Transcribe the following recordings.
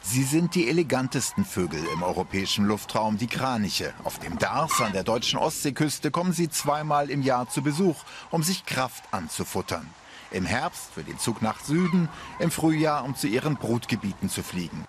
Sie sind die elegantesten Vögel im europäischen Luftraum, die Kraniche. Auf dem Dars an der deutschen Ostseeküste kommen sie zweimal im Jahr zu Besuch, um sich Kraft anzufuttern. Im Herbst für den Zug nach Süden, im Frühjahr, um zu ihren Brutgebieten zu fliegen.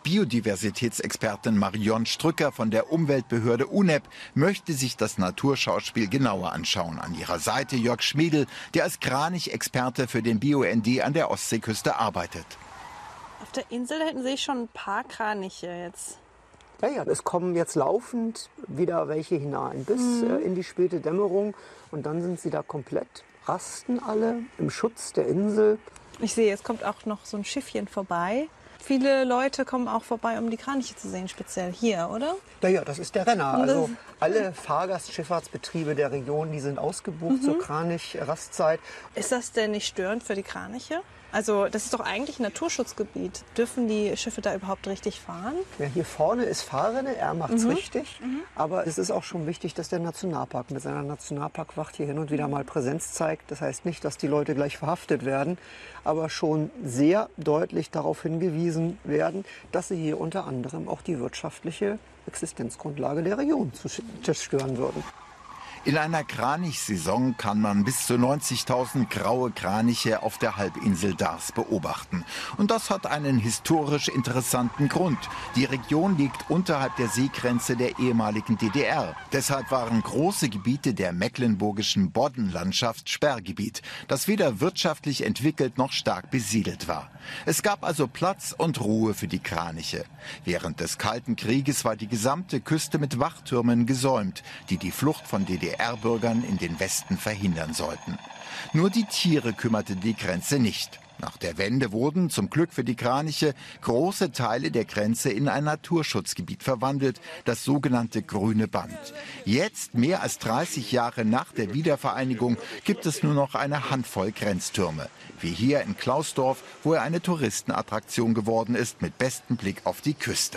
Biodiversitätsexpertin Marion Strücker von der Umweltbehörde UNEP möchte sich das Naturschauspiel genauer anschauen. An ihrer Seite Jörg Schmiedl, der als Kranichexperte für den BUND an der Ostseeküste arbeitet. Auf der Insel hinten sehe ich schon ein paar Kraniche jetzt. Ja, es kommen jetzt laufend wieder welche hinein, bis in die späte Dämmerung. Und dann sind sie da komplett, rasten alle im Schutz der Insel. Ich sehe, es kommt auch noch so ein Schiffchen vorbei. Viele Leute kommen auch vorbei, um die Kraniche zu sehen, speziell hier, oder? Ja, das ist der Renner. Also alle Fahrgastschifffahrtsbetriebe der Region, die sind ausgebucht zur Kranich-Rastzeit. Ist das denn nicht störend für die Kraniche? Also das ist doch eigentlich ein Naturschutzgebiet. Dürfen die Schiffe da überhaupt richtig fahren? Ja, hier vorne ist Fahrrinne, er macht's richtig. Aber es ist auch schon wichtig, dass der Nationalpark mit seiner Nationalparkwacht hier hin und wieder mal Präsenz zeigt. Das heißt nicht, dass die Leute gleich verhaftet werden, aber schon sehr deutlich darauf hingewiesen werden, dass sie hier unter anderem auch die wirtschaftliche Existenzgrundlage der Region zerstören würden. In einer Kranichsaison kann man bis zu 90.000 graue Kraniche auf der Halbinsel Dars beobachten. Und das hat einen historisch interessanten Grund. Die Region liegt unterhalb der Seegrenze der ehemaligen DDR. Deshalb waren große Gebiete der mecklenburgischen Boddenlandschaft Sperrgebiet, das weder wirtschaftlich entwickelt noch stark besiedelt war. Es gab also Platz und Ruhe für die Kraniche. Während des Kalten Krieges war die gesamte Küste mit Wachtürmen gesäumt, die die Flucht von DDR-Bürgern in den Westen verhindern sollten. Nur die Tiere kümmerte die Grenze nicht. Nach der Wende wurden, zum Glück für die Kraniche, große Teile der Grenze in ein Naturschutzgebiet verwandelt, das sogenannte Grüne Band. Jetzt, mehr als 30 Jahre nach der Wiedervereinigung, gibt es nur noch eine Handvoll Grenztürme. Wie hier in Klausdorf, wo er eine Touristenattraktion geworden ist, mit bestem Blick auf die Küste.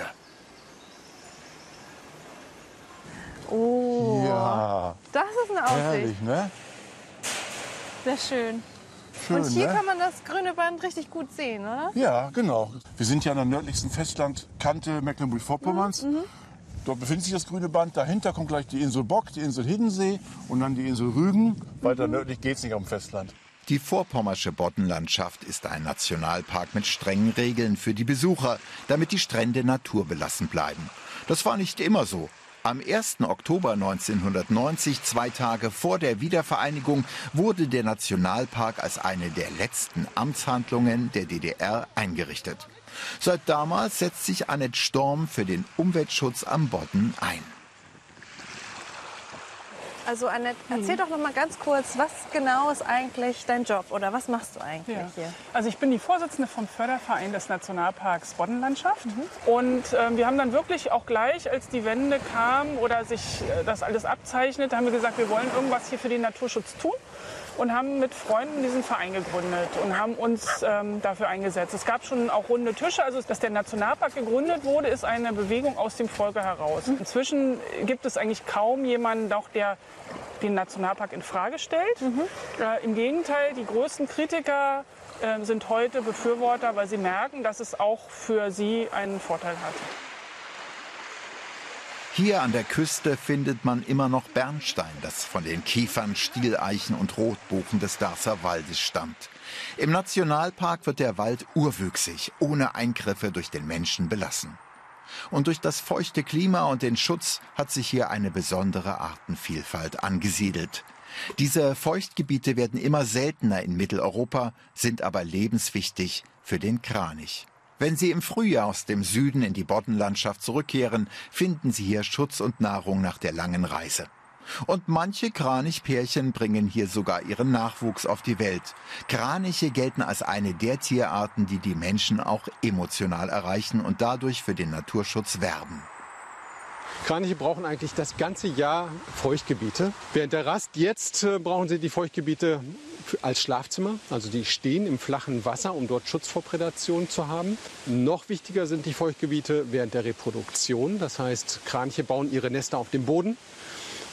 Oh, Ja, das ist eine Aussicht. herrlich, ne? Sehr schön. Schön, Und hier ne? kann man das grüne Band richtig gut sehen, oder? Ja, genau. Wir sind ja an der nördlichsten Festlandkante Mecklenburg-Vorpommerns. Dort befindet sich das grüne Band. Dahinter kommt gleich die Insel Bock, die Insel Hiddensee und dann die Insel Rügen. Weiter nördlich geht es nicht am Festland. Die vorpommersche Boddenlandschaft ist ein Nationalpark mit strengen Regeln für die Besucher, damit die Strände naturbelassen bleiben. Das war nicht immer so. Am 1. Oktober 1990, 2 Tage vor der Wiedervereinigung, wurde der Nationalpark als eine der letzten Amtshandlungen der DDR eingerichtet. Seit damals setzt sich Annette Storm für den Umweltschutz am Bodden ein. Also Annette, erzähl doch noch mal ganz kurz, was genau ist eigentlich dein Job oder was machst du eigentlich hier? Also ich bin die Vorsitzende vom Förderverein des Nationalparks Boddenlandschaft. Und wir haben dann wirklich auch gleich, als die Wende kam oder sich das alles abzeichnet, haben wir gesagt, wir wollen irgendwas hier für den Naturschutz tun. Und haben mit Freunden diesen Verein gegründet und haben uns dafür eingesetzt. Es gab schon auch runde Tische. Also, dass der Nationalpark gegründet wurde, ist eine Bewegung aus dem Volke heraus. Inzwischen gibt es eigentlich kaum jemanden, auch der den Nationalpark in Frage stellt. Im Gegenteil, die größten Kritiker sind heute Befürworter, weil sie merken, dass es auch für sie einen Vorteil hat. Hier an der Küste findet man immer noch Bernstein, das von den Kiefern, Stieleichen und Rotbuchen des Darßer Waldes stammt. Im Nationalpark wird der Wald urwüchsig, ohne Eingriffe durch den Menschen belassen. Und durch das feuchte Klima und den Schutz hat sich hier eine besondere Artenvielfalt angesiedelt. Diese Feuchtgebiete werden immer seltener in Mitteleuropa, sind aber lebenswichtig für den Kranich. Wenn Sie im Frühjahr aus dem Süden in die Boddenlandschaft zurückkehren, finden Sie hier Schutz und Nahrung nach der langen Reise. Und manche Kranichpärchen bringen hier sogar ihren Nachwuchs auf die Welt. Kraniche gelten als eine der Tierarten, die die Menschen auch emotional erreichen und dadurch für den Naturschutz werben. Kraniche brauchen eigentlich das ganze Jahr Feuchtgebiete. Während der Rast jetzt brauchen sie die Feuchtgebiete als Schlafzimmer. Also die stehen im flachen Wasser, um dort Schutz vor Prädation zu haben. Noch wichtiger sind die Feuchtgebiete während der Reproduktion. Das heißt, Kraniche bauen ihre Nester auf dem Boden.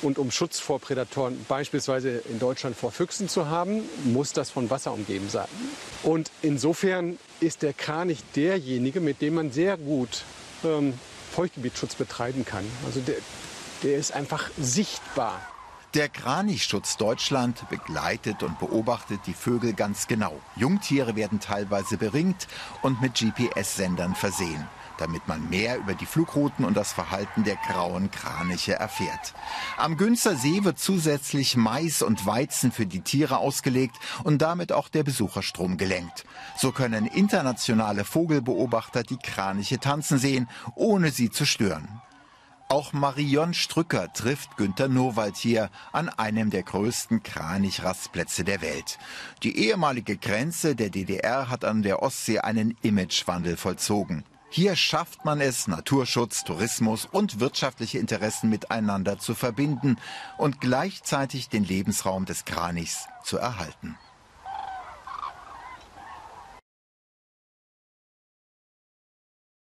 Und um Schutz vor Prädatoren, beispielsweise in Deutschland vor Füchsen zu haben, muss das von Wasser umgeben sein. Und insofern ist der Kranich derjenige, mit dem man sehr gut Feuchtgebietsschutz betreiben kann. Also der ist einfach sichtbar. Der Kranichschutz Deutschland begleitet und beobachtet die Vögel ganz genau. Jungtiere werden teilweise beringt und mit GPS-Sendern versehen, damit man mehr über die Flugrouten und das Verhalten der grauen Kraniche erfährt. Am Günzer See wird zusätzlich Mais und Weizen für die Tiere ausgelegt und damit auch der Besucherstrom gelenkt. So können internationale Vogelbeobachter die Kraniche tanzen sehen, ohne sie zu stören. Auch Marion Strücker trifft Günter Nowald hier an einem der größten Kranichrastplätze der Welt. Die ehemalige Grenze der DDR hat an der Ostsee einen Imagewandel vollzogen. Hier schafft man es, Naturschutz, Tourismus und wirtschaftliche Interessen miteinander zu verbinden und gleichzeitig den Lebensraum des Kranichs zu erhalten.